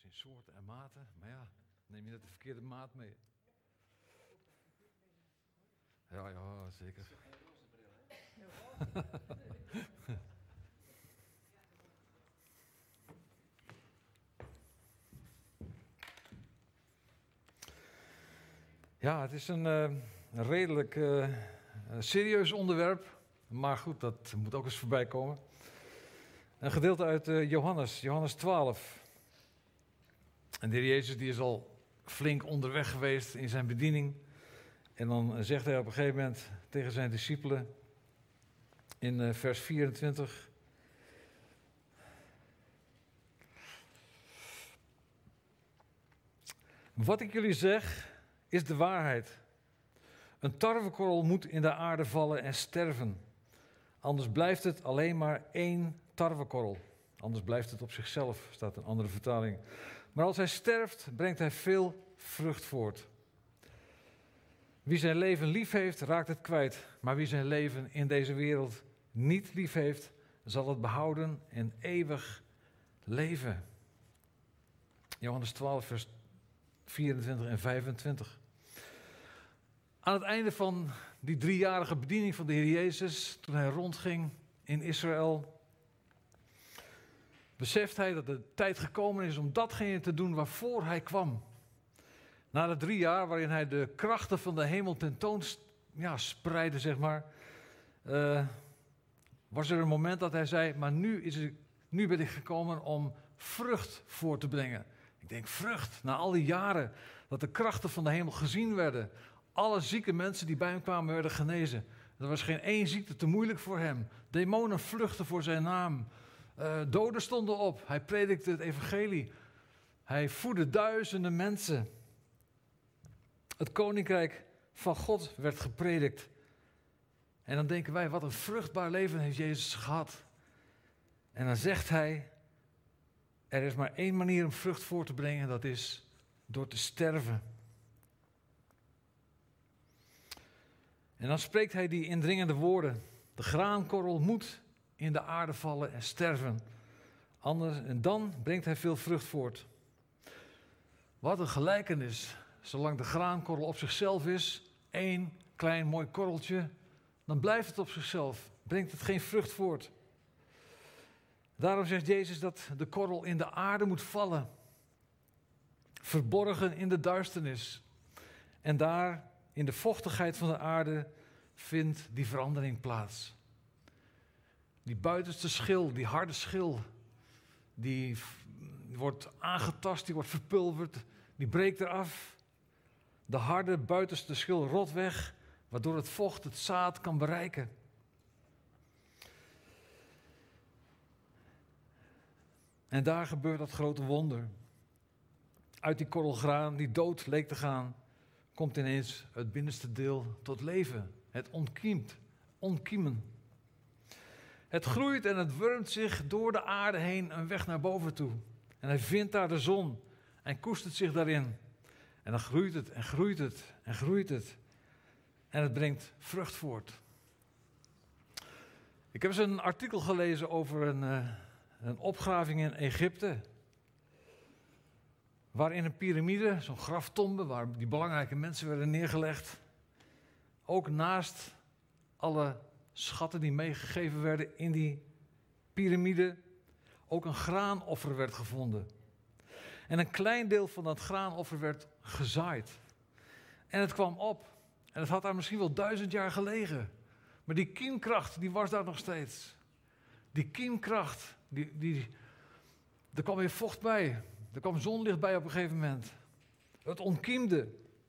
geen soorten en maten, maar ja, neem je net de verkeerde maat mee. Ja, zeker. Ja, het is een redelijk serieus onderwerp, maar goed, dat moet ook eens voorbij komen. Een gedeelte uit Johannes 12. En de Heer Jezus die is al flink onderweg geweest in zijn bediening. En dan zegt hij op een gegeven moment tegen zijn discipelen in vers 24... Wat ik jullie zeg, is de waarheid. Een tarwekorrel moet in de aarde vallen en sterven. Anders blijft het alleen maar één tarwekorrel. Anders blijft het op zichzelf, staat een andere vertaling. Maar als hij sterft, brengt hij veel vrucht voort. Wie zijn leven lief heeft, raakt het kwijt. Maar wie zijn leven in deze wereld niet lief heeft, zal het behouden en eeuwig leven. Johannes 12, vers 24 en 25. Aan het einde van die 3-jarige bediening van de Heer Jezus, toen hij rondging in Israël, beseft hij dat de tijd gekomen is om datgene te doen waarvoor hij kwam. Na de 3 jaar waarin hij de krachten van de hemel spreidde, zeg maar, was er een moment dat hij zei, maar nu ben ik gekomen om vrucht voor te brengen. Ik denk, vrucht, na al die jaren dat de krachten van de hemel gezien werden. Alle zieke mensen die bij hem kwamen werden genezen. Er was geen één ziekte te moeilijk voor hem. Demonen vluchtten voor zijn naam. Doden stonden op. Hij predikte het evangelie. Hij voedde duizenden mensen. Het koninkrijk van God werd gepredikt. En dan denken wij, wat een vruchtbaar leven heeft Jezus gehad. En dan zegt hij, er is maar één manier om vrucht voor te brengen. Dat is door te sterven. En dan spreekt hij die indringende woorden. De graankorrel moet in de aarde vallen en sterven. En dan brengt hij veel vrucht voort. Wat een gelijkenis. Zolang de graankorrel op zichzelf is, 1 klein mooi korreltje, dan blijft het op zichzelf. Brengt het geen vrucht voort. Daarom zegt Jezus dat de korrel in de aarde moet vallen. Verborgen in de duisternis. En daar, in de vochtigheid van de aarde, vindt die verandering plaats. Die buitenste schil, die harde schil, die wordt aangetast, die wordt verpulverd, die breekt eraf. De harde buitenste schil rot weg, waardoor het vocht het zaad kan bereiken. En daar gebeurt dat grote wonder. Uit die korrel graan, die dood leek te gaan, komt ineens het binnenste deel tot leven. Het ontkiemen. Het groeit en het wurmt zich door de aarde heen een weg naar boven toe. En hij vindt daar de zon en koestert zich daarin. En dan groeit het en groeit het en groeit het. En het brengt vrucht voort. Ik heb eens een artikel gelezen over een opgraving in Egypte. Waarin een piramide, zo'n graftombe, waar die belangrijke mensen werden neergelegd. Ook naast alle schatten die meegegeven werden in die piramide, ook een graanoffer werd gevonden. En een klein deel van dat graanoffer werd gezaaid. En het kwam op. En het had daar misschien wel 1000 jaar gelegen. Maar die kiemkracht, die was daar nog steeds. Die kiemkracht, er kwam weer vocht bij. Er kwam zonlicht bij op een gegeven moment. Het ontkiemde.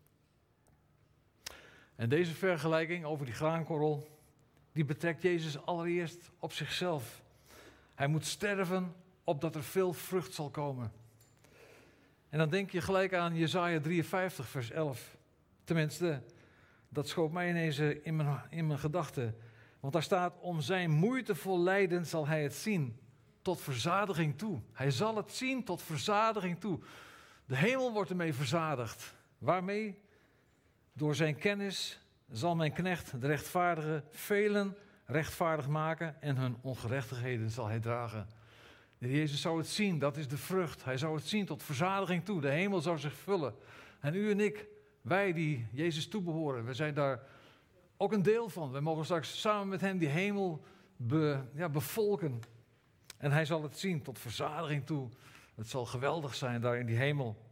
En deze vergelijking over die graankorrel, die betrekt Jezus allereerst op zichzelf. Hij moet sterven opdat er veel vrucht zal komen. En dan denk je gelijk aan Jesaja 53, vers 11. Tenminste, dat schoot mij ineens in mijn gedachten. Want daar staat, om zijn moeitevol lijden zal hij het zien, tot verzadiging toe. Hij zal het zien tot verzadiging toe. De hemel wordt ermee verzadigd. Waarmee? Door zijn kennis zal mijn knecht, de rechtvaardige, velen rechtvaardig maken en hun ongerechtigheden zal hij dragen. De Heer Jezus zou het zien, dat is de vrucht. Hij zou het zien tot verzadiging toe. De hemel zou zich vullen. En u en ik, wij die Jezus toebehoren, we zijn daar ook een deel van. We mogen straks samen met hem die hemel bevolken. En hij zal het zien tot verzadiging toe. Het zal geweldig zijn daar in die hemel.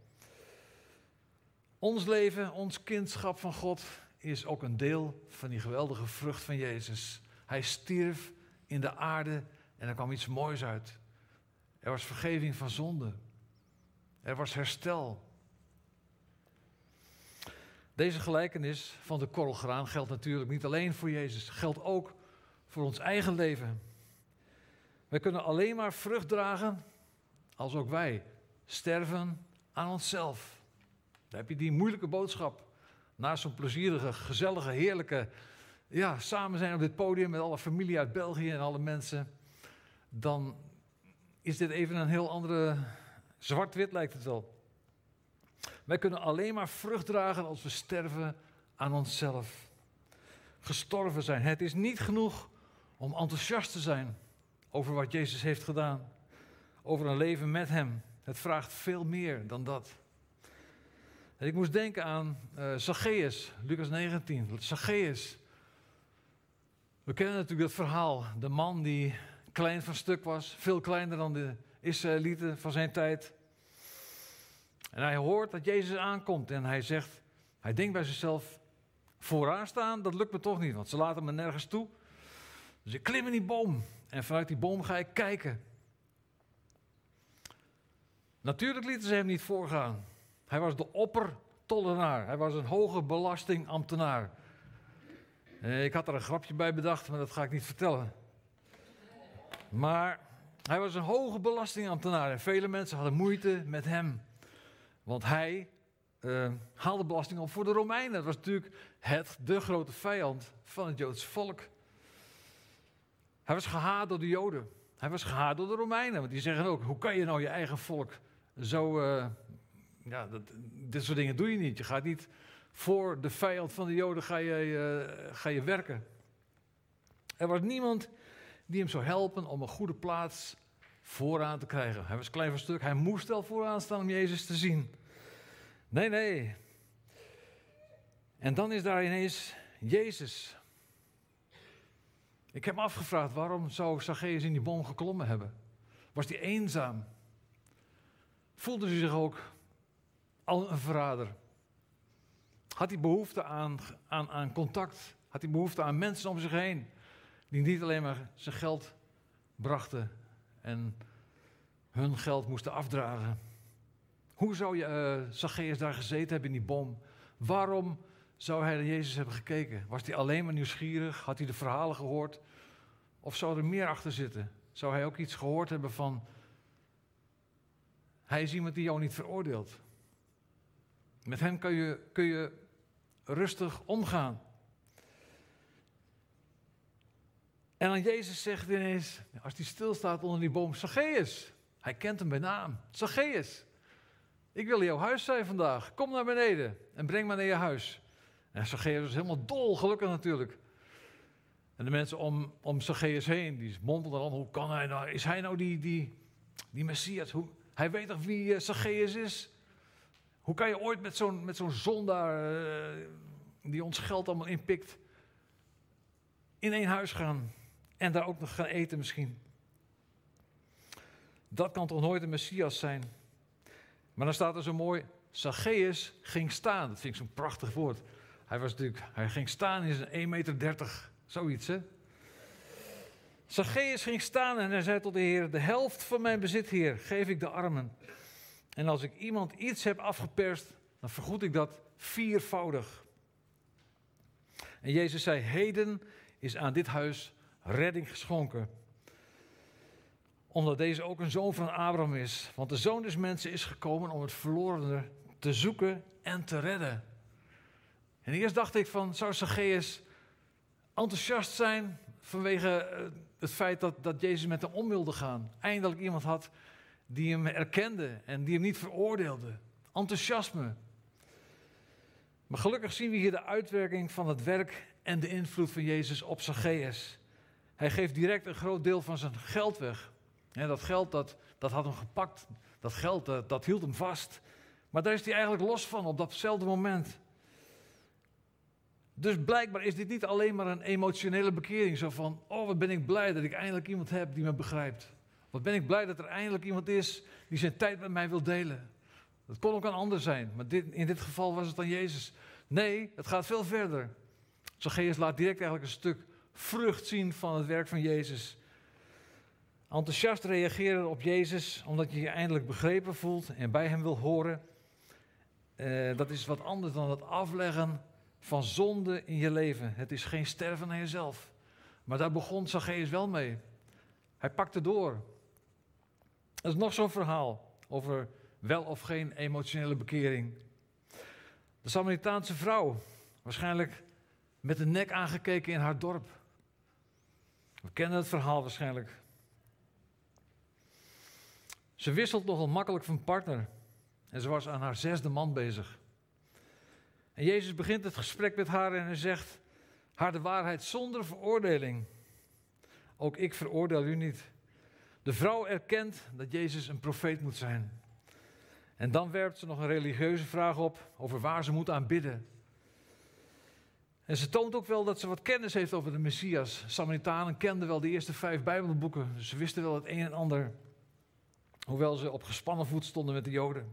Ons leven, ons kindschap van God, is ook een deel van die geweldige vrucht van Jezus. Hij stierf in de aarde en er kwam iets moois uit. Er was vergeving van zonde. Er was herstel. Deze gelijkenis van de korrelgraan geldt natuurlijk niet alleen voor Jezus. Geldt ook voor ons eigen leven. Wij kunnen alleen maar vrucht dragen als ook wij sterven aan onszelf. Dan heb je die moeilijke boodschap. Naast zo'n plezierige, gezellige, heerlijke, samen zijn op dit podium met alle familie uit België en alle mensen. Dan is dit even een heel andere, zwart-wit lijkt het wel. Wij kunnen alleen maar vrucht dragen als we sterven aan onszelf. Gestorven zijn. Het is niet genoeg om enthousiast te zijn over wat Jezus heeft gedaan. Over een leven met hem. Het vraagt veel meer dan dat. En ik moest denken aan Zacchaeus, Lucas 19. Zacchaeus. We kennen natuurlijk dat verhaal. De man die klein van stuk was. Veel kleiner dan de Israëlieten van zijn tijd. En hij hoort dat Jezus aankomt. En hij denkt bij zichzelf, vooraan staan, dat lukt me toch niet. Want ze laten me nergens toe. Dus ik klim in die boom. En vanuit die boom ga ik kijken. Natuurlijk lieten ze hem niet voorgaan. Hij was de oppertollenaar. Hij was een hoge belastingambtenaar. Ik had er een grapje bij bedacht, maar dat ga ik niet vertellen. Maar hij was een hoge belastingambtenaar. En vele mensen hadden moeite met hem. Want hij haalde belasting op voor de Romeinen. Dat was natuurlijk de grote vijand van het Joodse volk. Hij was gehaat door de Joden. Hij was gehaat door de Romeinen. Want die zeggen ook, hoe kan je nou je eigen volk zo... dit soort dingen doe je niet. Je gaat niet voor de vijand van de Joden ga je werken. Er was niemand die hem zou helpen om een goede plaats vooraan te krijgen. Hij was klein van stuk. Hij moest wel vooraan staan om Jezus te zien. Nee. En dan is daar ineens Jezus. Ik heb me afgevraagd, waarom zou Zacchaeus in die boom geklommen hebben? Was hij eenzaam? Voelde hij zich ook al een verrader? Had hij behoefte aan contact? Had hij behoefte aan mensen om zich heen? Die niet alleen maar zijn geld brachten en hun geld moesten afdragen. Hoe zou Zacchaeus daar gezeten hebben in die boom? Waarom zou hij naar Jezus hebben gekeken? Was hij alleen maar nieuwsgierig? Had hij de verhalen gehoord? Of zou er meer achter zitten? Zou hij ook iets gehoord hebben van... Hij is iemand die jou niet veroordeelt. Met hem kun je rustig omgaan. En dan Jezus zegt ineens, als hij stilstaat onder die boom, Zacchaeus. Hij kent hem bij naam. Zacchaeus, ik wil in jouw huis zijn vandaag. Kom naar beneden en breng me naar je huis. En Zacchaeus was helemaal dol, gelukkig natuurlijk. En de mensen om Zacchaeus heen, die mompelden dan, hoe kan hij nou, is hij nou die Messias? Hij weet toch wie Zacchaeus is? Hoe kan je ooit met zo'n zondaar die ons geld allemaal inpikt, in één huis gaan en daar ook nog gaan eten misschien? Dat kan toch nooit een Messias zijn? Maar dan staat er zo mooi, Zacchaeus ging staan. Dat vind ik zo'n prachtig woord. Hij ging staan in zijn 1,30 meter, zoiets hè. Zacchaeus ging staan en hij zei tot de Heer, de helft van mijn bezit, Heer, geef ik de armen. En als ik iemand iets heb afgeperst, dan vergoed ik dat 4voudig. En Jezus zei, heden is aan dit huis redding geschonken. Omdat deze ook een zoon van Abraham is. Want de zoon des mensen is gekomen om het verlorene te zoeken en te redden. En eerst dacht ik van, zou Zacchaeus enthousiast zijn vanwege het feit dat Jezus met hem om wilde gaan. Eindelijk iemand had die hem erkende en die hem niet veroordeelde. Enthousiasme. Maar gelukkig zien we hier de uitwerking van het werk en de invloed van Jezus op Zacchaeus. Hij geeft direct een groot deel van zijn geld weg. Dat geld, dat had hem gepakt. Dat geld, dat hield hem vast. Maar daar is hij eigenlijk los van op datzelfde moment. Dus blijkbaar is dit niet alleen maar een emotionele bekering. Zo van, oh wat ben ik blij dat ik eindelijk iemand heb die me begrijpt. Wat ben ik blij dat er eindelijk iemand is die zijn tijd met mij wil delen. Dat kon ook een ander zijn, maar in dit geval was het dan Jezus. Nee, het gaat veel verder. Zacchaeus laat direct eigenlijk een stuk vrucht zien van het werk van Jezus. Enthousiast reageren op Jezus omdat je je eindelijk begrepen voelt en bij hem wil horen. Dat is wat anders dan het afleggen van zonde in je leven. Het is geen sterven naar jezelf. Maar daar begon Zacchaeus wel mee. Hij pakte door. Dat is nog zo'n verhaal over wel of geen emotionele bekering. De Samaritaanse vrouw, waarschijnlijk met de nek aangekeken in haar dorp. We kennen het verhaal waarschijnlijk. Ze wisselt nogal makkelijk van partner. En ze was aan haar 6e man bezig. En Jezus begint het gesprek met haar en hij zegt haar de waarheid zonder veroordeling. Ook ik veroordeel u niet. De vrouw erkent dat Jezus een profeet moet zijn. En dan werpt ze nog een religieuze vraag op over waar ze moet aanbidden. En ze toont ook wel dat ze wat kennis heeft over de Messias. Samaritanen kenden wel de eerste 5 Bijbelboeken. Dus ze wisten wel het een en ander. Hoewel ze op gespannen voet stonden met de Joden.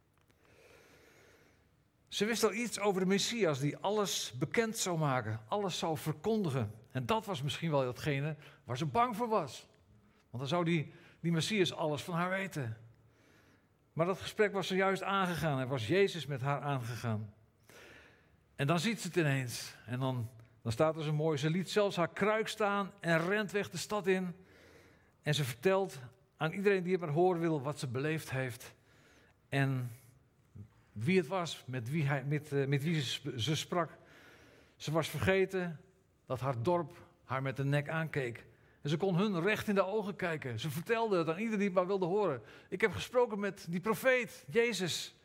Ze wist al iets over de Messias die alles bekend zou maken. Alles zou verkondigen. En dat was misschien wel hetgene waar ze bang voor was. Want dan zou die Messias alles van haar weten. Maar dat gesprek was zojuist aangegaan. En was Jezus met haar aangegaan. En dan ziet ze het ineens. En dan staat er zo mooi. Ze liet zelfs haar kruik staan en rent weg de stad in. En ze vertelt aan iedereen die het maar horen wil wat ze beleefd heeft. En wie het was, met wie ze sprak. Ze was vergeten dat haar dorp haar met de nek aankeek. En ze kon hun recht in de ogen kijken. Ze vertelde het aan iedereen die het maar wilde horen. Ik heb gesproken met die profeet, Jezus.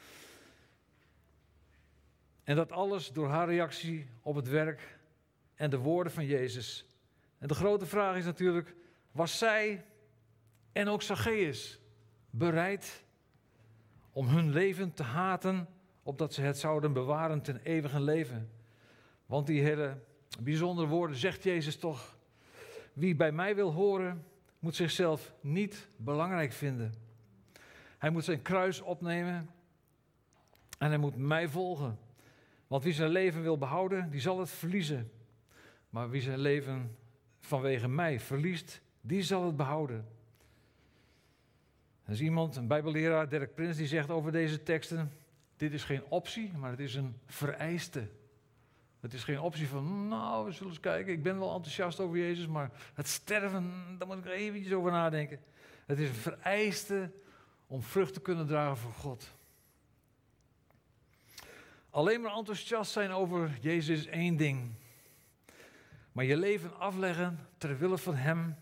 En dat alles door haar reactie op het werk en de woorden van Jezus. En de grote vraag is natuurlijk, was zij en ook Zacchaeus bereid om hun leven te haten, opdat ze het zouden bewaren ten eeuwige leven? Want die hele bijzondere woorden zegt Jezus toch. Wie bij mij wil horen, moet zichzelf niet belangrijk vinden. Hij moet zijn kruis opnemen en hij moet mij volgen. Want wie zijn leven wil behouden, die zal het verliezen. Maar wie zijn leven vanwege mij verliest, die zal het behouden. Er is iemand, een bijbelleraar, Dirk Prins, die zegt over deze teksten: dit is geen optie, maar het is een vereiste. Het is geen optie van, nou, we zullen eens kijken, ik ben wel enthousiast over Jezus, maar het sterven, daar moet ik er eventjes over nadenken. Het is een vereiste om vrucht te kunnen dragen voor God. Alleen maar enthousiast zijn over Jezus is één ding. Maar je leven afleggen ter wille van Hem,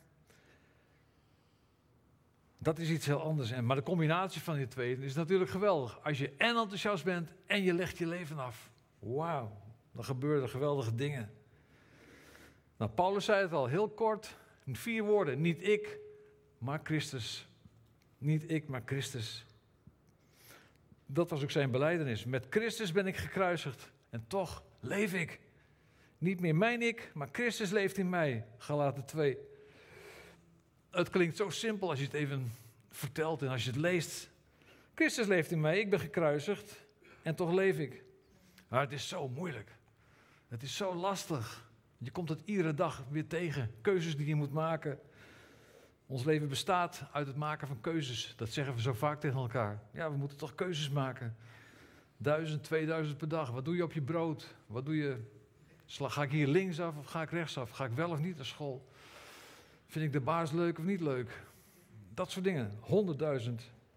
dat is iets heel anders. Maar de combinatie van die twee is natuurlijk geweldig. Als je en enthousiast bent en je legt je leven af. Wauw, dan gebeuren geweldige dingen. Nou, Paulus zei het al, heel kort, in 4 woorden. Niet ik, maar Christus. Niet ik, maar Christus. Dat was ook zijn belijdenis. Met Christus ben ik gekruisigd en toch leef ik. Niet meer mijn ik, maar Christus leeft in mij. Galaten 2. Het klinkt zo simpel als je het even vertelt en als je het leest. Christus leeft in mij, ik ben gekruisigd en toch leef ik. Maar het is zo moeilijk. Het is zo lastig. Je komt het iedere dag weer tegen. Keuzes die je moet maken. Ons leven bestaat uit het maken van keuzes. Dat zeggen we zo vaak tegen elkaar. Ja, we moeten toch keuzes maken. 1000, 2000 per dag. Wat doe je op je brood? Wat doe je? Ga ik hier linksaf of ga ik rechtsaf? Ga ik wel of niet naar school? Vind ik de baas leuk of niet leuk? Dat soort dingen. 100.000.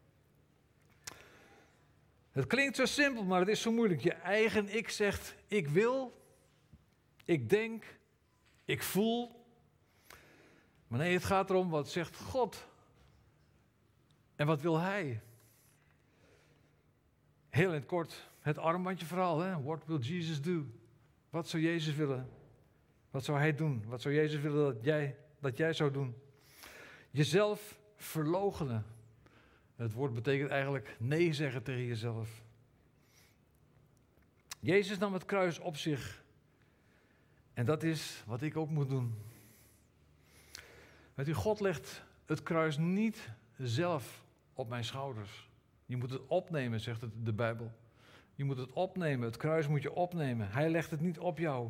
Het klinkt zo simpel, maar het is zo moeilijk. Je eigen ik zegt, ik wil, ik denk, ik voel. Maar nee, het gaat erom, wat zegt God? En wat wil Hij? Heel in het kort, het armbandje verhaal. Hè? What will Jesus do? Wat zou Jezus willen? Wat zou Hij doen? Wat zou Jezus willen dat jij zou doen? Jezelf verloochenen. Het woord betekent eigenlijk nee zeggen tegen jezelf. Jezus nam het kruis op zich. En dat is wat ik ook moet doen. Weet u, God legt het kruis niet zelf op mijn schouders. Je moet het opnemen, zegt de Bijbel. Je moet het opnemen, het kruis moet je opnemen. Hij legt het niet op jou.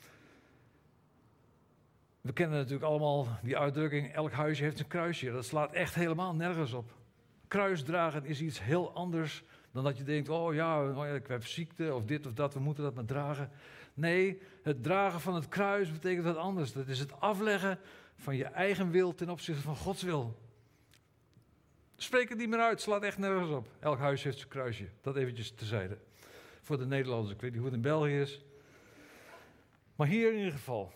We kennen natuurlijk allemaal die uitdrukking, elk huisje heeft een kruisje. Dat slaat echt helemaal nergens op. Kruisdragen is iets heel anders dan dat je denkt, oh ja, ik heb ziekte of dit of dat, we moeten dat maar dragen. Nee, het dragen van het kruis betekent wat anders. Dat is het afleggen van je eigen wil ten opzichte van Gods wil. Spreek het niet meer uit, slaat echt nergens op. Elk huis heeft zijn kruisje. Dat eventjes terzijde. Voor de Nederlanders, ik weet niet hoe het in België is. Maar hier in ieder geval.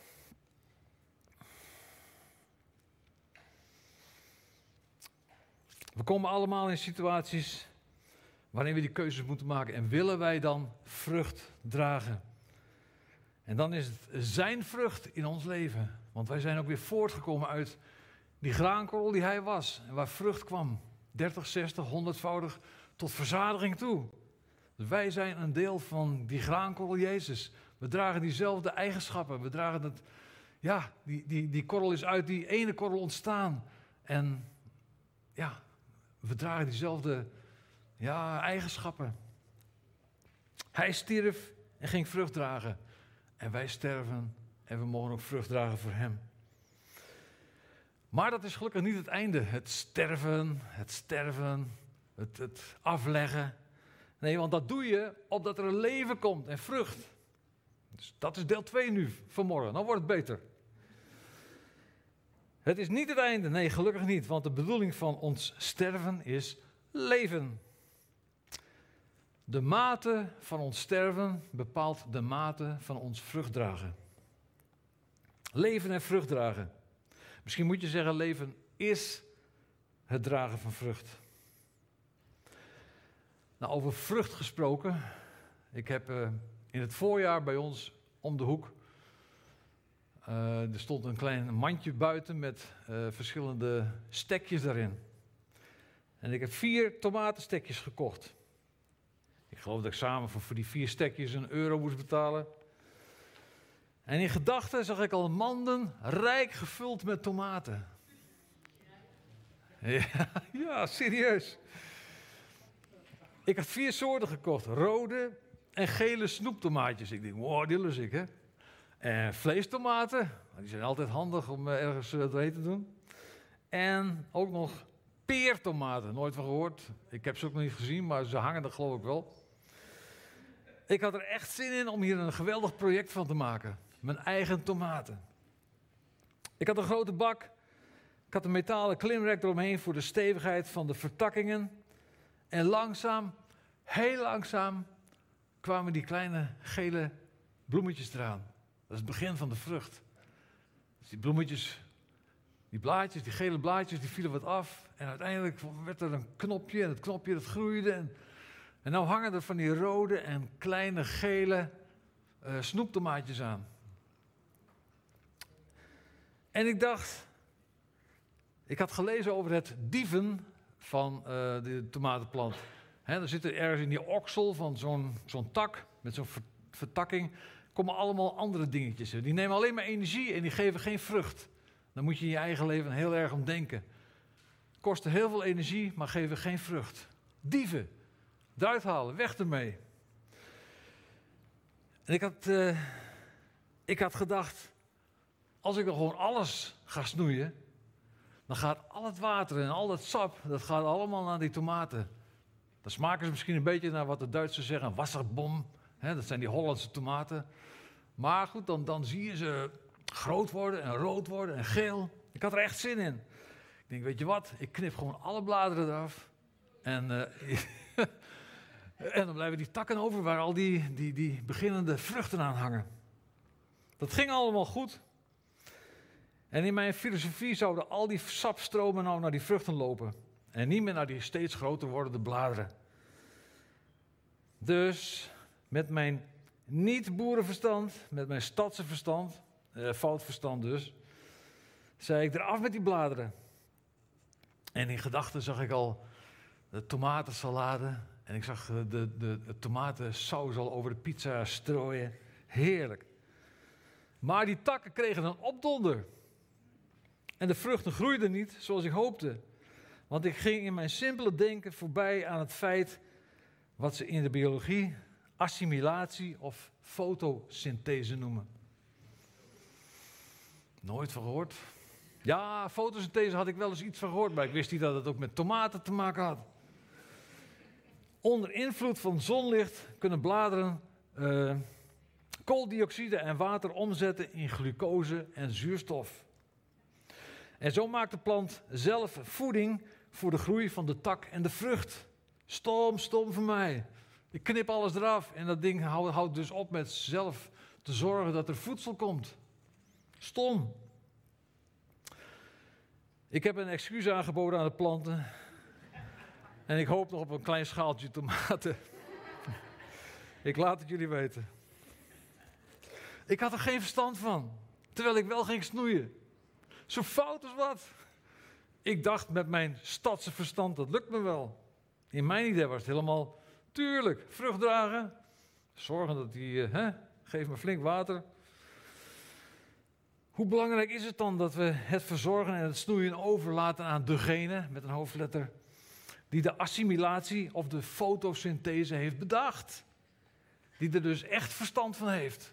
We komen allemaal in situaties waarin we die keuzes moeten maken. En willen wij dan vrucht dragen? En dan is het zijn vrucht in ons leven. Want wij zijn ook weer voortgekomen uit die graankorrel die hij was. En waar vrucht kwam. 30, 60, 100-voudig tot verzadiging toe. Dus wij zijn een deel van die graankorrel Jezus. We dragen diezelfde eigenschappen. We dragen het, ja, die korrel is uit die ene korrel ontstaan. En ja, we dragen diezelfde eigenschappen. Hij stierf en ging vrucht dragen. En wij sterven en we mogen ook vrucht dragen voor hem. Maar dat is gelukkig niet het einde. Het sterven, het afleggen. Nee, want dat doe je opdat er een leven komt en vrucht. Dus dat is deel 2 nu, vanmorgen. Dan wordt het beter. Het is niet het einde. Nee, gelukkig niet. Want de bedoeling van ons sterven is leven. De mate van ons sterven bepaalt de mate van ons vruchtdragen. Leven en vruchtdragen. Misschien moet je zeggen, leven is het dragen van vrucht. Nou, over vrucht gesproken. Ik heb in het voorjaar bij ons om de hoek. Er stond een klein mandje buiten met verschillende stekjes daarin. En ik heb 4 tomatenstekjes gekocht. Ik geloof dat ik samen voor die 4 stekjes €1 moest betalen. En in gedachten zag ik al manden rijk gevuld met tomaten. Ja, serieus. Ik had 4 soorten gekocht. Rode en gele snoeptomaatjes. Ik denk, wow, die lust ik, hè. En vleestomaten. Die zijn altijd handig om ergens doorheen te doen. En ook nog peertomaten. Nooit van gehoord. Ik heb ze ook nog niet gezien, maar ze hangen er geloof ik wel. Ik had er echt zin in om hier een geweldig project van te maken. Mijn eigen tomaten. Ik had een grote bak. Ik had een metalen klimrek eromheen voor de stevigheid van de vertakkingen. En langzaam, heel langzaam, kwamen die kleine gele bloemetjes eraan. Dat is het begin van de vrucht. Dus die bloemetjes, die blaadjes, die gele blaadjes, die vielen wat af. En uiteindelijk werd er een knopje en het knopje dat groeide. En nou hangen er van die rode en kleine gele snoeptomaatjes aan. En ik dacht, ik had gelezen over het dieven van de tomatenplant. Dan zit er ergens in die oksel van zo'n tak, met zo'n vertakking, komen allemaal andere dingetjes. Die nemen alleen maar energie en die geven geen vrucht. Dan moet je in je eigen leven heel erg om denken. Kosten heel veel energie, maar geven geen vrucht. Dieven, eruit halen, weg ermee. En ik had gedacht, als ik dan gewoon alles ga snoeien, dan gaat al het water en al het sap, dat gaat allemaal naar die tomaten. Dan smaken ze misschien een beetje naar wat de Duitsers zeggen, wasserbom. Dat zijn die Hollandse tomaten. Maar goed, dan zie je ze groot worden en rood worden en geel. Ik had er echt zin in. Ik denk, weet je wat, ik knip gewoon alle bladeren eraf. En, en dan blijven die takken over waar al die beginnende vruchten aan hangen. Dat ging allemaal goed. En in mijn filosofie zouden al die sapstromen nou naar die vruchten lopen. En niet meer naar die steeds groter wordende bladeren. Dus met mijn niet-boerenverstand, met mijn stadse verstand, fout verstand dus, zei ik eraf met die bladeren. En in gedachten zag ik al de tomatensalade. En ik zag de tomatensaus al over de pizza strooien. Heerlijk. Maar die takken kregen een opdonder. En de vruchten groeiden niet zoals ik hoopte. Want ik ging in mijn simpele denken voorbij aan het feit wat ze in de biologie assimilatie of fotosynthese noemen. Nooit van gehoord. Ja, fotosynthese had ik wel eens iets van gehoord, maar ik wist niet dat het ook met tomaten te maken had. Onder invloed van zonlicht kunnen bladeren kooldioxide en water omzetten in glucose en zuurstof. En zo maakt de plant zelf voeding voor de groei van de tak en de vrucht. Stom van mij. Ik knip alles eraf en dat ding houdt dus op met zelf te zorgen dat er voedsel komt. Stom. Ik heb een excuus aangeboden aan de planten. En ik hoop nog op een klein schaaltje tomaten. Ik laat het jullie weten. Ik had er geen verstand van, terwijl ik wel ging snoeien. Zo fout als wat. Ik dacht met mijn stadse verstand, dat lukt me wel. In mijn idee was het helemaal, tuurlijk, vrucht dragen. Zorgen dat geef me flink water. Hoe belangrijk is het dan dat we het verzorgen en het snoeien overlaten aan degene, met een hoofdletter, die de assimilatie of de fotosynthese heeft bedacht. Die er dus echt verstand van heeft.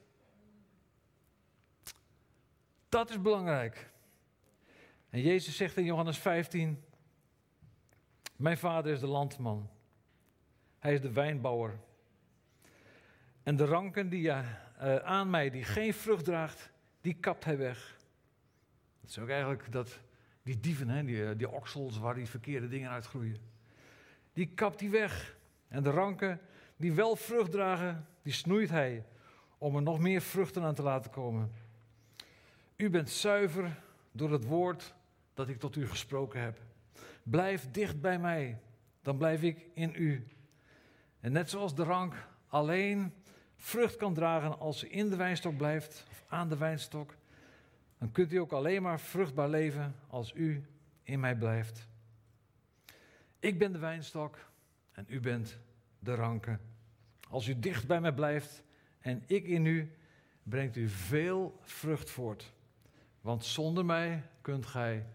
Dat is belangrijk. En Jezus zegt in Johannes 15, mijn vader is de landman. Hij is de wijnbouwer. En de ranken die aan mij, die geen vrucht draagt, die kapt hij weg. Dat is ook eigenlijk die dieven, die oksels waar die verkeerde dingen uitgroeien. Die kapt hij weg. En de ranken die wel vrucht dragen, die snoeit hij om er nog meer vruchten aan te laten komen. U bent zuiver door het woord dat ik tot u gesproken heb. Blijf dicht bij mij, dan blijf ik in u. En net zoals de rank alleen vrucht kan dragen als ze in de wijnstok blijft, of aan de wijnstok, dan kunt u ook alleen maar vruchtbaar leven als u in mij blijft. Ik ben de wijnstok en u bent de ranken. Als u dicht bij mij blijft en ik in u, brengt u veel vrucht voort. Want zonder mij kunt gij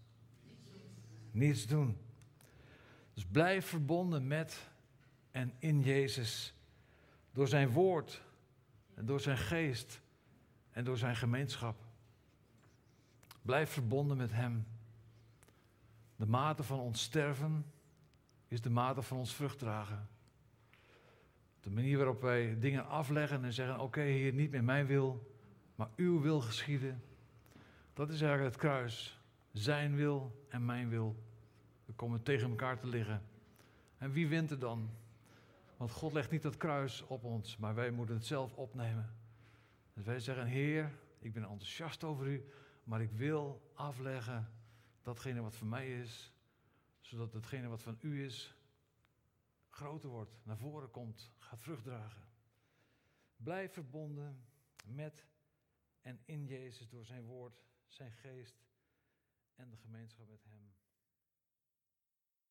niets doen. Dus blijf verbonden met en in Jezus. Door zijn woord en door zijn geest en door zijn gemeenschap. Blijf verbonden met hem. De mate van ons sterven is de mate van ons vrucht dragen. De manier waarop wij dingen afleggen en zeggen, oké, Heer, niet meer mijn wil, maar uw wil geschieden. Dat is eigenlijk het kruis. Zijn wil en mijn wil. We komen tegen elkaar te liggen. En wie wint er dan? Want God legt niet dat kruis op ons, maar wij moeten het zelf opnemen. Dus wij zeggen, Heer, ik ben enthousiast over u, maar ik wil afleggen datgene wat van mij is, zodat hetgene wat van u is, groter wordt, naar voren komt, gaat vrucht dragen. Blijf verbonden met en in Jezus door zijn woord, zijn geest en de gemeenschap met hem.